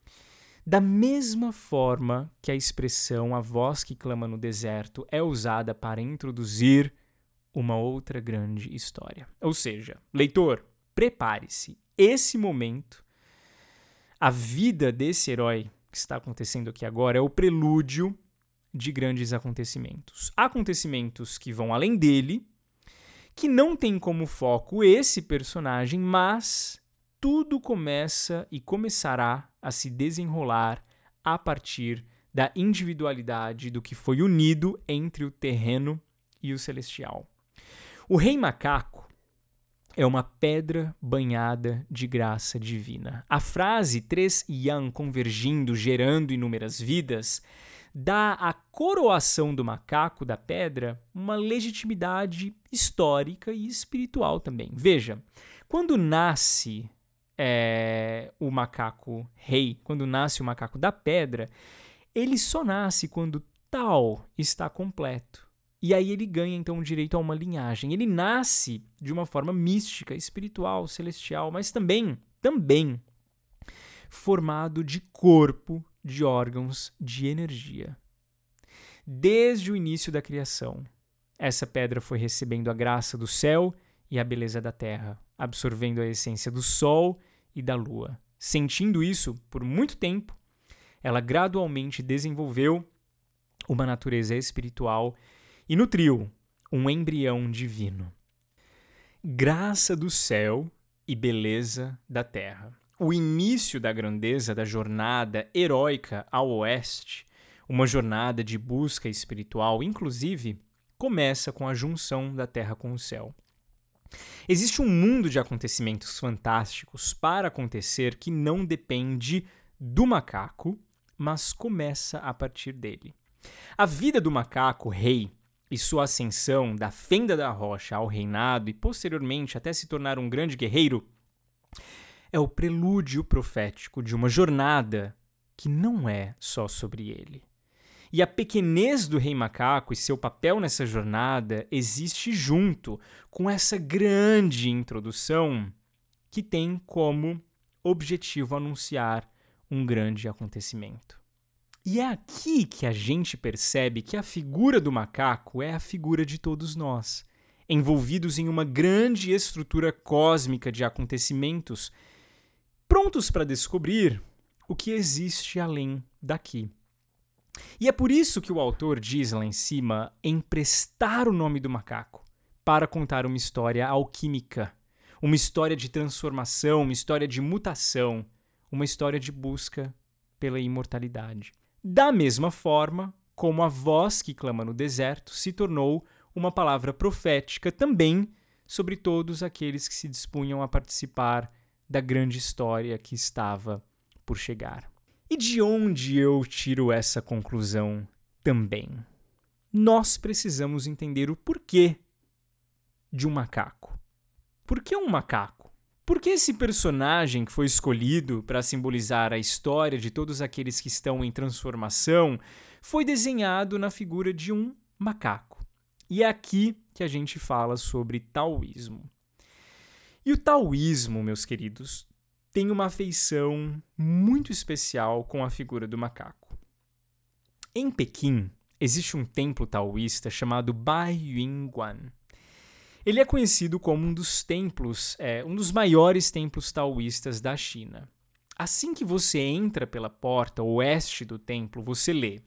da mesma forma que a expressão a voz que clama no deserto é usada para introduzir uma outra grande história. Ou seja, leitor, prepare-se. Esse momento, a vida desse herói que está acontecendo aqui agora é o prelúdio de grandes acontecimentos. Acontecimentos que vão além dele, que não tem como foco esse personagem, mas tudo começa e começará a se desenrolar a partir da individualidade do que foi unido entre o terreno e o celestial. O Rei Macaco é uma pedra banhada de graça divina. A frase três yang convergindo, gerando inúmeras vidas, dá à coroação do macaco, da pedra, uma legitimidade histórica e espiritual também. Veja, quando nasce é, o macaco rei, quando nasce o macaco da pedra, ele só nasce quando Tao está completo. E aí ele ganha, então, o direito a uma linhagem. Ele nasce de uma forma mística, espiritual, celestial, mas também, também formado de corpo, de órgãos, de energia. Desde o início da criação, essa pedra foi recebendo a graça do céu e a beleza da terra, absorvendo a essência do sol e da lua. Sentindo isso por muito tempo, ela gradualmente desenvolveu uma natureza espiritual e nutriu um embrião divino. Graça do céu e beleza da terra. O início da grandeza da jornada heróica ao oeste, uma jornada de busca espiritual, inclusive, começa com a junção da terra com o céu. Existe um mundo de acontecimentos fantásticos para acontecer que não depende do macaco, mas começa a partir dele. A vida do macaco rei e sua ascensão da fenda da rocha ao reinado e posteriormente até se tornar um grande guerreiro é o prelúdio profético de uma jornada que não é só sobre ele. E a pequenez do Rei Macaco e seu papel nessa jornada existe junto com essa grande introdução que tem como objetivo anunciar um grande acontecimento. E é aqui que a gente percebe que a figura do macaco é a figura de todos nós, envolvidos em uma grande estrutura cósmica de acontecimentos, prontos para descobrir o que existe além daqui. E é por isso que o autor diz lá em cima emprestar o nome do macaco para contar uma história alquímica, uma história de transformação, uma história de mutação, uma história de busca pela imortalidade. Da mesma forma como a voz que clama no deserto se tornou uma palavra profética também sobre todos aqueles que se dispunham a participar da grande história que estava por chegar. E de onde eu tiro essa conclusão também? Nós precisamos entender o porquê de um macaco. Por que um macaco? Por que esse personagem que foi escolhido para simbolizar a história de todos aqueles que estão em transformação foi desenhado na figura de um macaco? E é aqui que a gente fala sobre taoísmo. E o taoísmo, meus queridos, tem uma afeição muito especial com a figura do macaco. Em Pequim, existe um templo taoísta chamado Baiyuan. Ele é conhecido como um dos templos, é, um dos maiores templos taoístas da China. Assim que você entra pela porta oeste do templo, você lê: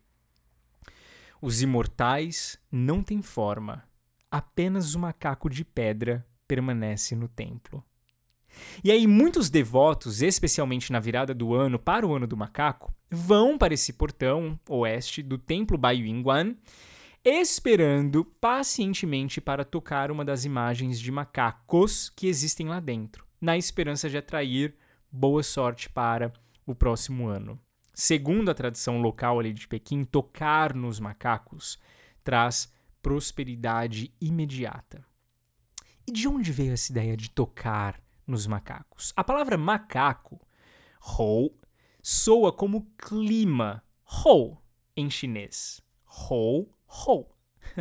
os imortais não têm forma, apenas o macaco de pedra permanece no templo. E aí muitos devotos, especialmente na virada do ano para o ano do macaco, vão para esse portão oeste do templo Baiyuan, esperando pacientemente para tocar uma das imagens de macacos que existem lá dentro, na esperança de atrair boa sorte para o próximo ano. Segundo a tradição local ali de Pequim, tocar nos macacos traz prosperidade imediata. E de onde veio essa ideia de tocar nos macacos? A palavra macaco, hou, soa como clima, hou, em chinês. Hou, hou.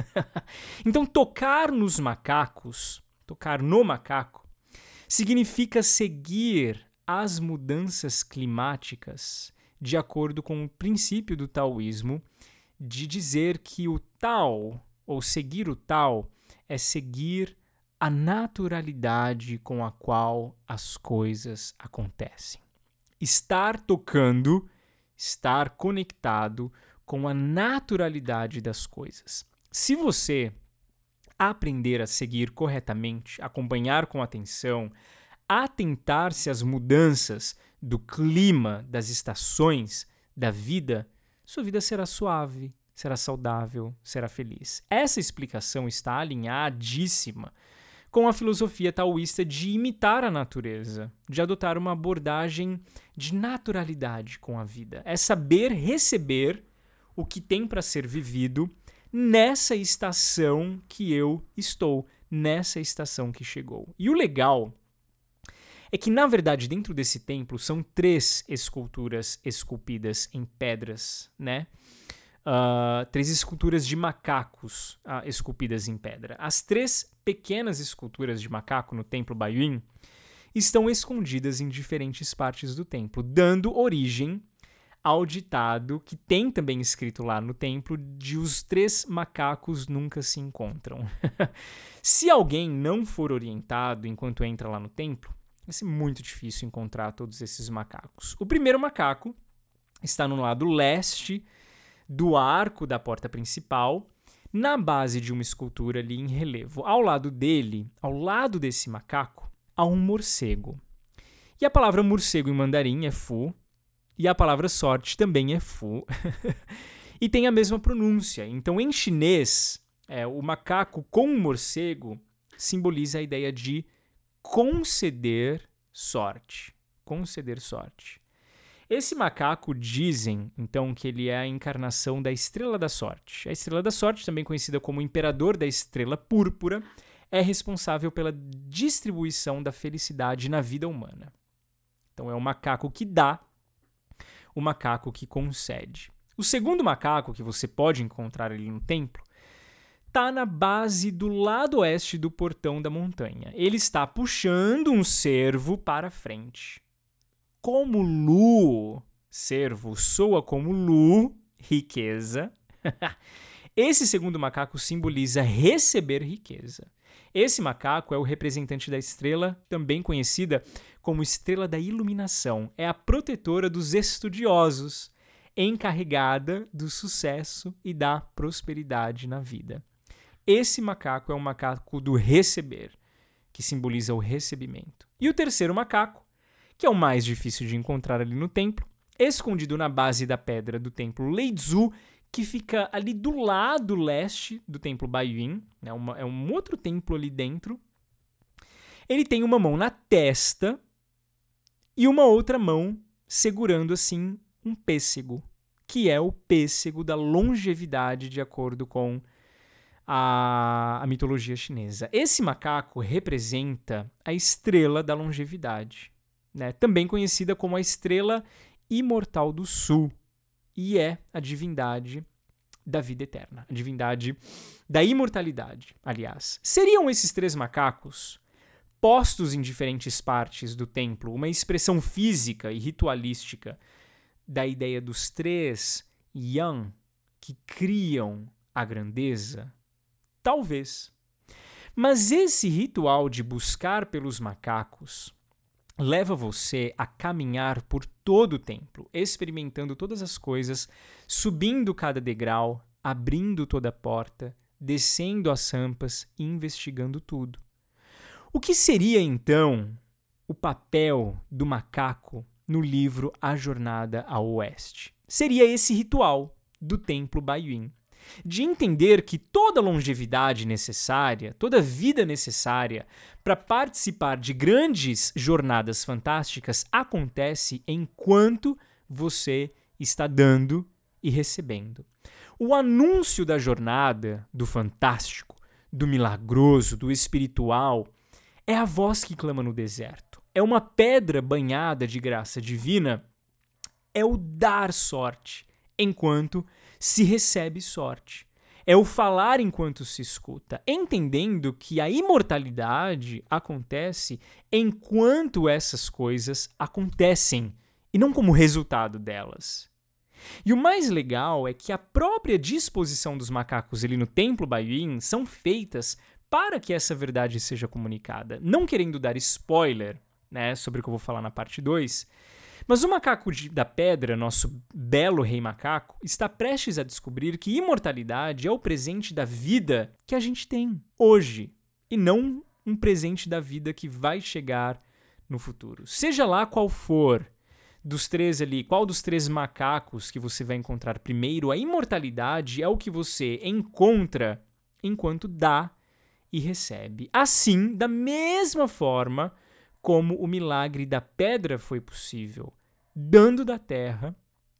Então, tocar nos macacos, tocar no macaco, significa seguir as mudanças climáticas de acordo com o princípio do taoísmo de dizer que o Tao, ou seguir o Tao, é seguir a naturalidade com a qual as coisas acontecem. Estar tocando, estar conectado com a naturalidade das coisas. Se você aprender a seguir corretamente, acompanhar com atenção, atentar-se às mudanças do clima, das estações, da vida, sua vida será suave, será saudável, será feliz. Essa explicação está alinhadíssima com a filosofia taoísta de imitar a natureza, de adotar uma abordagem de naturalidade com a vida. É saber receber o que tem para ser vivido nessa estação que eu estou, nessa estação que chegou. E o legal é que, na verdade, dentro desse templo são três esculturas esculpidas em pedras, né? Uh, três esculturas de macacos uh, esculpidas em pedra. As três pequenas esculturas de macaco no templo Baiyuan estão escondidas em diferentes partes do templo, dando origem ao ditado que tem também escrito lá no templo de os três macacos nunca se encontram. Se alguém não for orientado enquanto entra lá no templo, vai ser muito difícil encontrar todos esses macacos. O primeiro macaco está no lado leste do arco da porta principal, na base de uma escultura ali em relevo. Ao lado dele, ao lado desse macaco, há um morcego. E a palavra morcego em mandarim é fu, e a palavra sorte também é fu. E tem a mesma pronúncia. Então, em chinês, é, o macaco com o morcego simboliza a ideia de conceder sorte. Conceder sorte. Esse macaco dizem, então, que ele é a encarnação da Estrela da Sorte. A Estrela da Sorte, também conhecida como Imperador da Estrela Púrpura, é responsável pela distribuição da felicidade na vida humana. Então, é o macaco que dá, o macaco que concede. O segundo macaco que você pode encontrar ali no templo está na base do lado oeste do portão da montanha. Ele está puxando um cervo para frente. Como Lu, cervo, soa como Lu, riqueza, esse segundo macaco simboliza receber riqueza. Esse macaco é o representante da estrela, também conhecida como estrela da iluminação. É a protetora dos estudiosos, encarregada do sucesso e da prosperidade na vida. Esse macaco é o macaco do receber, que simboliza o recebimento. E o terceiro macaco, que é o mais difícil de encontrar ali no templo, escondido na base da pedra do templo Leizu, que fica ali do lado leste do templo Baiyun, né? Uma, é um outro templo ali dentro. Ele tem uma mão na testa e uma outra mão segurando, assim, um pêssego, que é o pêssego da longevidade, de acordo com a, a mitologia chinesa. Esse macaco representa a estrela da longevidade, né? Também conhecida como a estrela imortal do sul, e é a divindade da vida eterna, a divindade da imortalidade, aliás. Seriam esses três macacos, postos em diferentes partes do templo, uma expressão física e ritualística da ideia dos três yang que criam a grandeza? Talvez. Mas esse ritual de buscar pelos macacos leva você a caminhar por todo o templo, experimentando todas as coisas, subindo cada degrau, abrindo toda a porta, descendo as rampas e investigando tudo. O que seria, então, o papel do macaco no livro A Jornada ao Oeste? Seria esse ritual do templo Baiyun, de entender que toda longevidade necessária, toda vida necessária para participar de grandes jornadas fantásticas acontece enquanto você está dando e recebendo. O anúncio da jornada, do fantástico, do milagroso, do espiritual, é a voz que clama no deserto. É uma pedra banhada de graça divina. É o dar sorte enquanto se recebe sorte. É o falar enquanto se escuta, entendendo que a imortalidade acontece enquanto essas coisas acontecem e não como resultado delas. E o mais legal é que a própria disposição dos macacos ali no templo Baiyun são feitas para que essa verdade seja comunicada. Não querendo dar spoiler, né, sobre o que eu vou falar na parte dois, mas o macaco de, da pedra, nosso belo rei macaco, está prestes a descobrir que imortalidade é o presente da vida que a gente tem hoje, e não um presente da vida que vai chegar no futuro. Seja lá qual for dos três ali, qual dos três macacos que você vai encontrar primeiro, a imortalidade é o que você encontra enquanto dá e recebe. Assim, da mesma forma como o milagre da pedra foi possível, dando da terra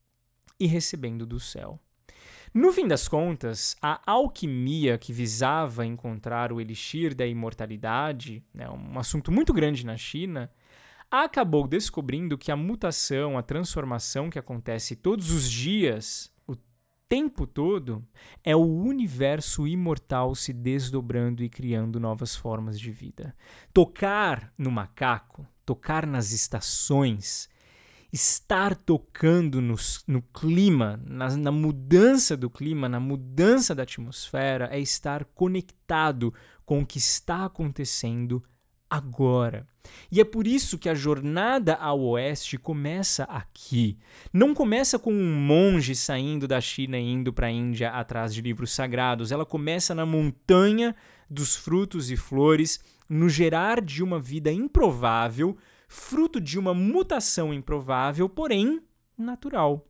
e recebendo do céu. No fim das contas, a alquimia que visava encontrar o elixir da imortalidade, né, um assunto muito grande na China, acabou descobrindo que a mutação, a transformação que acontece todos os dias, o tempo todo, é o universo imortal se desdobrando e criando novas formas de vida. Tocar no macaco, tocar nas estações, estar tocando no, no clima, na, na mudança do clima, na mudança da atmosfera, é estar conectado com o que está acontecendo agora. E é por isso que a jornada ao oeste começa aqui. Não começa com um monge saindo da China e indo para a Índia atrás de livros sagrados. Ela começa na montanha dos frutos e flores, no gerar de uma vida improvável, fruto de uma mutação improvável, porém natural.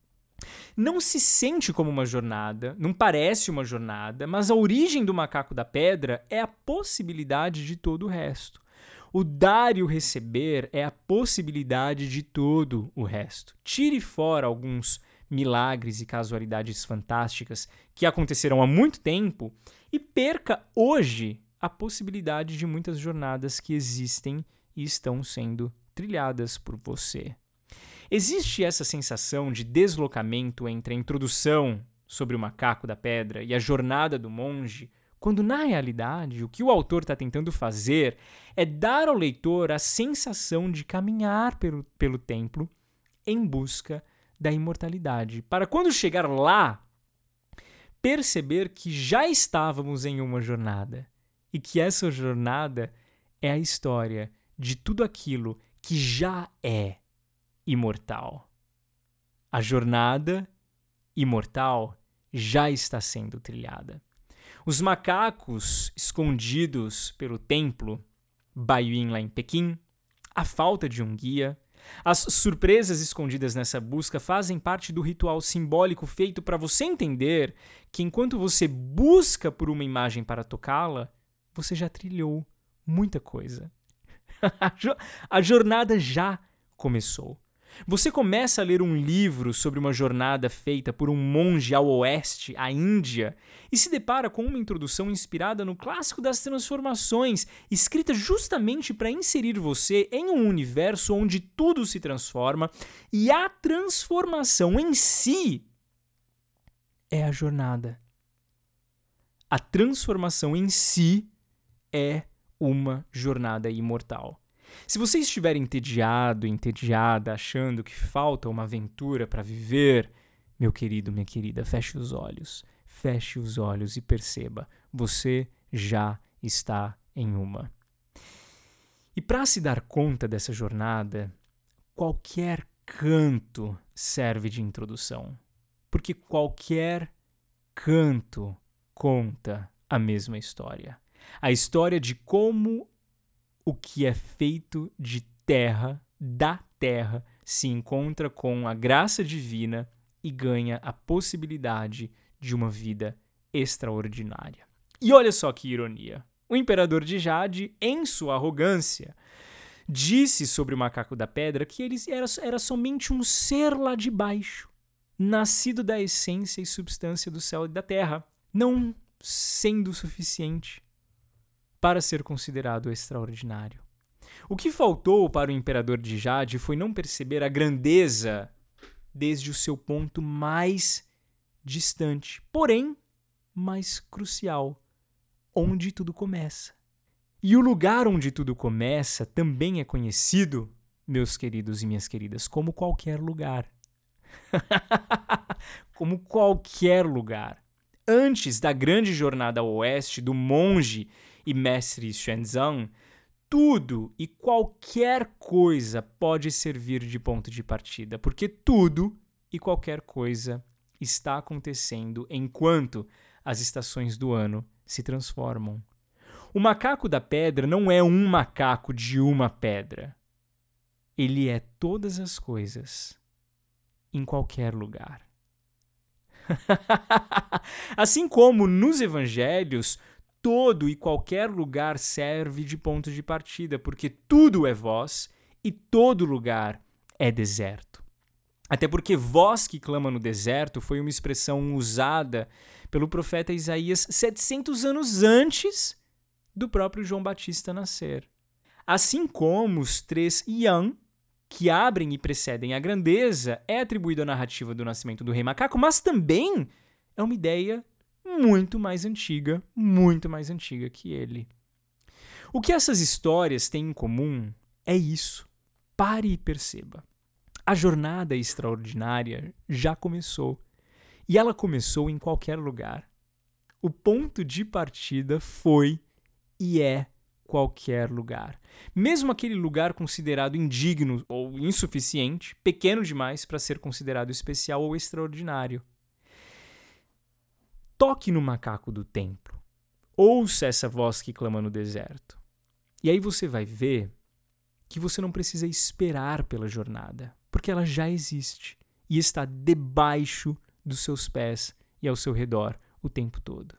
Não se sente como uma jornada, não parece uma jornada, mas a origem do macaco da pedra é a possibilidade de todo o resto. O dar e o receber é a possibilidade de todo o resto. Tire fora alguns milagres e casualidades fantásticas que aconteceram há muito tempo e perca hoje a possibilidade de muitas jornadas que existem e estão sendo trilhadas por você. Existe essa sensação de deslocamento entre a introdução sobre o macaco da pedra e a jornada do monge, quando na realidade o que o autor está tentando fazer é dar ao leitor a sensação de caminhar pelo, pelo templo em busca da imortalidade, para quando chegar lá, perceber que já estávamos em uma jornada e que essa jornada é a história de tudo aquilo que já é imortal. A jornada imortal já está sendo trilhada. Os macacos escondidos pelo templo Baiyun lá em Pequim, a falta de um guia, As surpresas escondidas nessa busca fazem parte do ritual simbólico feito para você entender que enquanto você busca por uma imagem para tocá-la, você já trilhou muita coisa. A jornada já começou. Você começa a ler um livro sobre uma jornada feita por um monge ao oeste, a Índia, e se depara com uma introdução inspirada no clássico das transformações, escrita justamente para inserir você em um universo onde tudo se transforma, e a transformação em si é a jornada. A transformação em si é uma jornada imortal. Se você estiver entediado, entediada, achando que falta uma aventura para viver, meu querido, minha querida, feche os olhos. Feche os olhos e perceba, você já está em uma. E para se dar conta dessa jornada, qualquer canto serve de introdução. Porque qualquer canto conta a mesma história. A história de como o que é feito de terra, da terra, se encontra com a graça divina e ganha a possibilidade de uma vida extraordinária. E olha só que ironia. O imperador de Jade, em sua arrogância, disse sobre o macaco da pedra que ele era, era somente um ser lá de baixo, nascido da essência e substância do céu e da terra, não sendo suficiente para ser considerado extraordinário. O que faltou para o imperador de Jade foi não perceber a grandeza desde o seu ponto mais distante, porém mais crucial, onde tudo começa. E o lugar onde tudo começa também é conhecido, meus queridos e minhas queridas, como qualquer lugar. Como qualquer lugar. Antes da grande jornada ao oeste do monge e mestre Xuanzang, tudo e qualquer coisa pode servir de ponto de partida, porque tudo e qualquer coisa está acontecendo enquanto as estações do ano se transformam. O macaco da pedra não é um macaco de uma pedra. Ele é todas as coisas, em qualquer lugar. Assim como nos evangelhos, todo e qualquer lugar serve de ponto de partida, porque tudo é voz e todo lugar é deserto. Até porque voz que clama no deserto foi uma expressão usada pelo profeta Isaías setecentos anos antes do próprio João Batista nascer. Assim como os três Yang, que abrem e precedem a grandeza, é atribuído à narrativa do nascimento do rei macaco, mas também é uma ideia muito mais antiga, muito mais antiga que ele. O que essas histórias têm em comum é isso. Pare e perceba. A jornada extraordinária já começou. E ela começou em qualquer lugar. O ponto de partida foi e é qualquer lugar. Mesmo aquele lugar considerado indigno ou insuficiente, pequeno demais para ser considerado especial ou extraordinário. Toque no macaco do templo. Ouça essa voz que clama no deserto. E aí você vai ver que você não precisa esperar pela jornada, porque ela já existe e está debaixo dos seus pés e ao seu redor o tempo todo.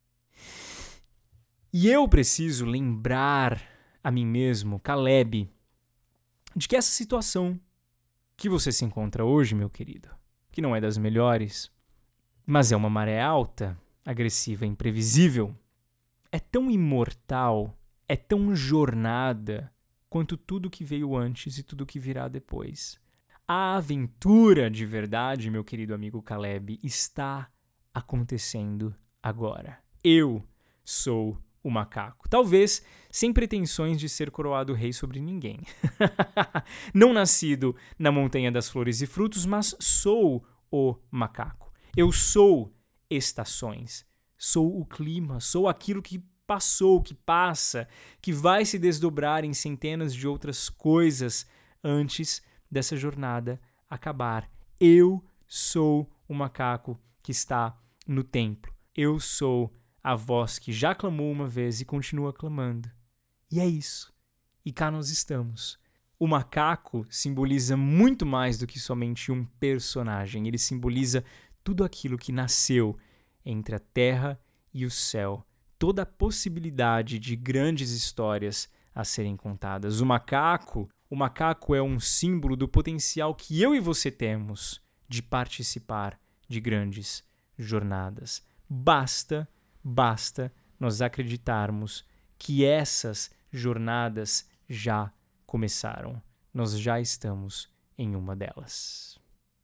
E eu preciso lembrar a mim mesmo, Caleb, de que essa situação que você se encontra hoje, meu querido, que não é das melhores, mas é uma maré alta, agressiva e imprevisível, é tão imortal, é tão jornada quanto tudo que veio antes e tudo que virá depois. A aventura de verdade, meu querido amigo Caleb, está acontecendo agora. Eu sou o macaco. Talvez sem pretensões de ser coroado rei sobre ninguém. Não nascido na montanha das flores e frutos, mas sou o macaco. Eu sou estações. Sou o clima, sou aquilo que passou, que passa, que vai se desdobrar em centenas de outras coisas antes dessa jornada acabar. Eu sou o macaco que está no templo. Eu sou a voz que já clamou uma vez e continua clamando. E é isso. E cá nós estamos, o macaco simboliza muito mais do que somente um personagem. Ele simboliza tudo aquilo que nasceu entre a terra e o céu. Toda a possibilidade de grandes histórias a serem contadas. O macaco, o macaco é um símbolo do potencial que eu e você temos de participar de grandes jornadas. Basta, basta nós acreditarmos que essas jornadas já começaram. Nós já estamos em uma delas.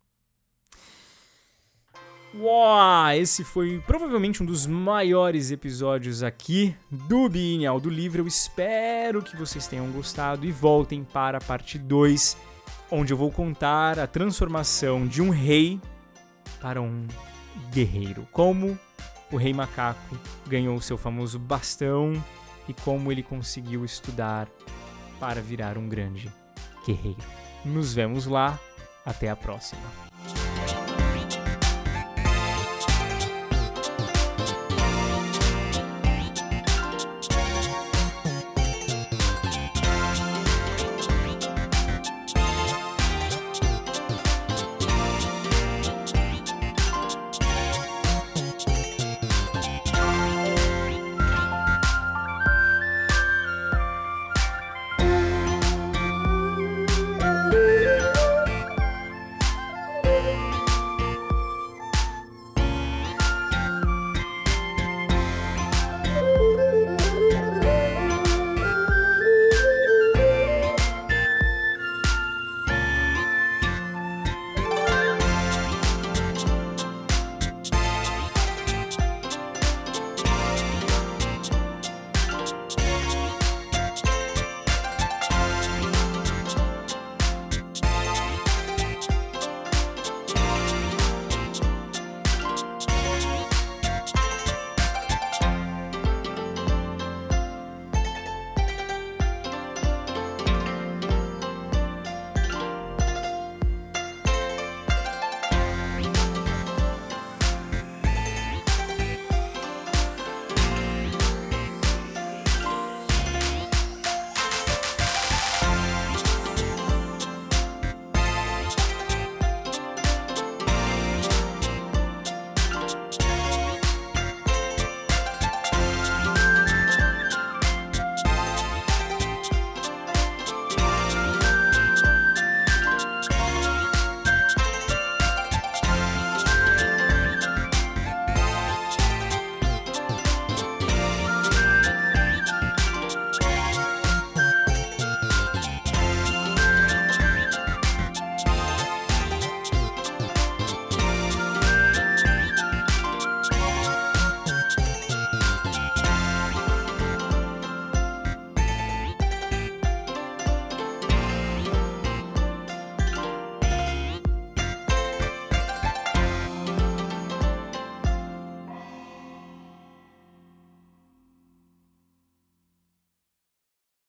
Uau! Esse foi provavelmente um dos maiores episódios aqui do Bienal do Livro. Eu espero que vocês tenham gostado e voltem para a parte dois, onde eu vou contar a transformação de um rei para um guerreiro. Como o rei macaco ganhou seu famoso bastão e como ele conseguiu estudar para virar um grande guerreiro. Nos vemos lá. Até a próxima.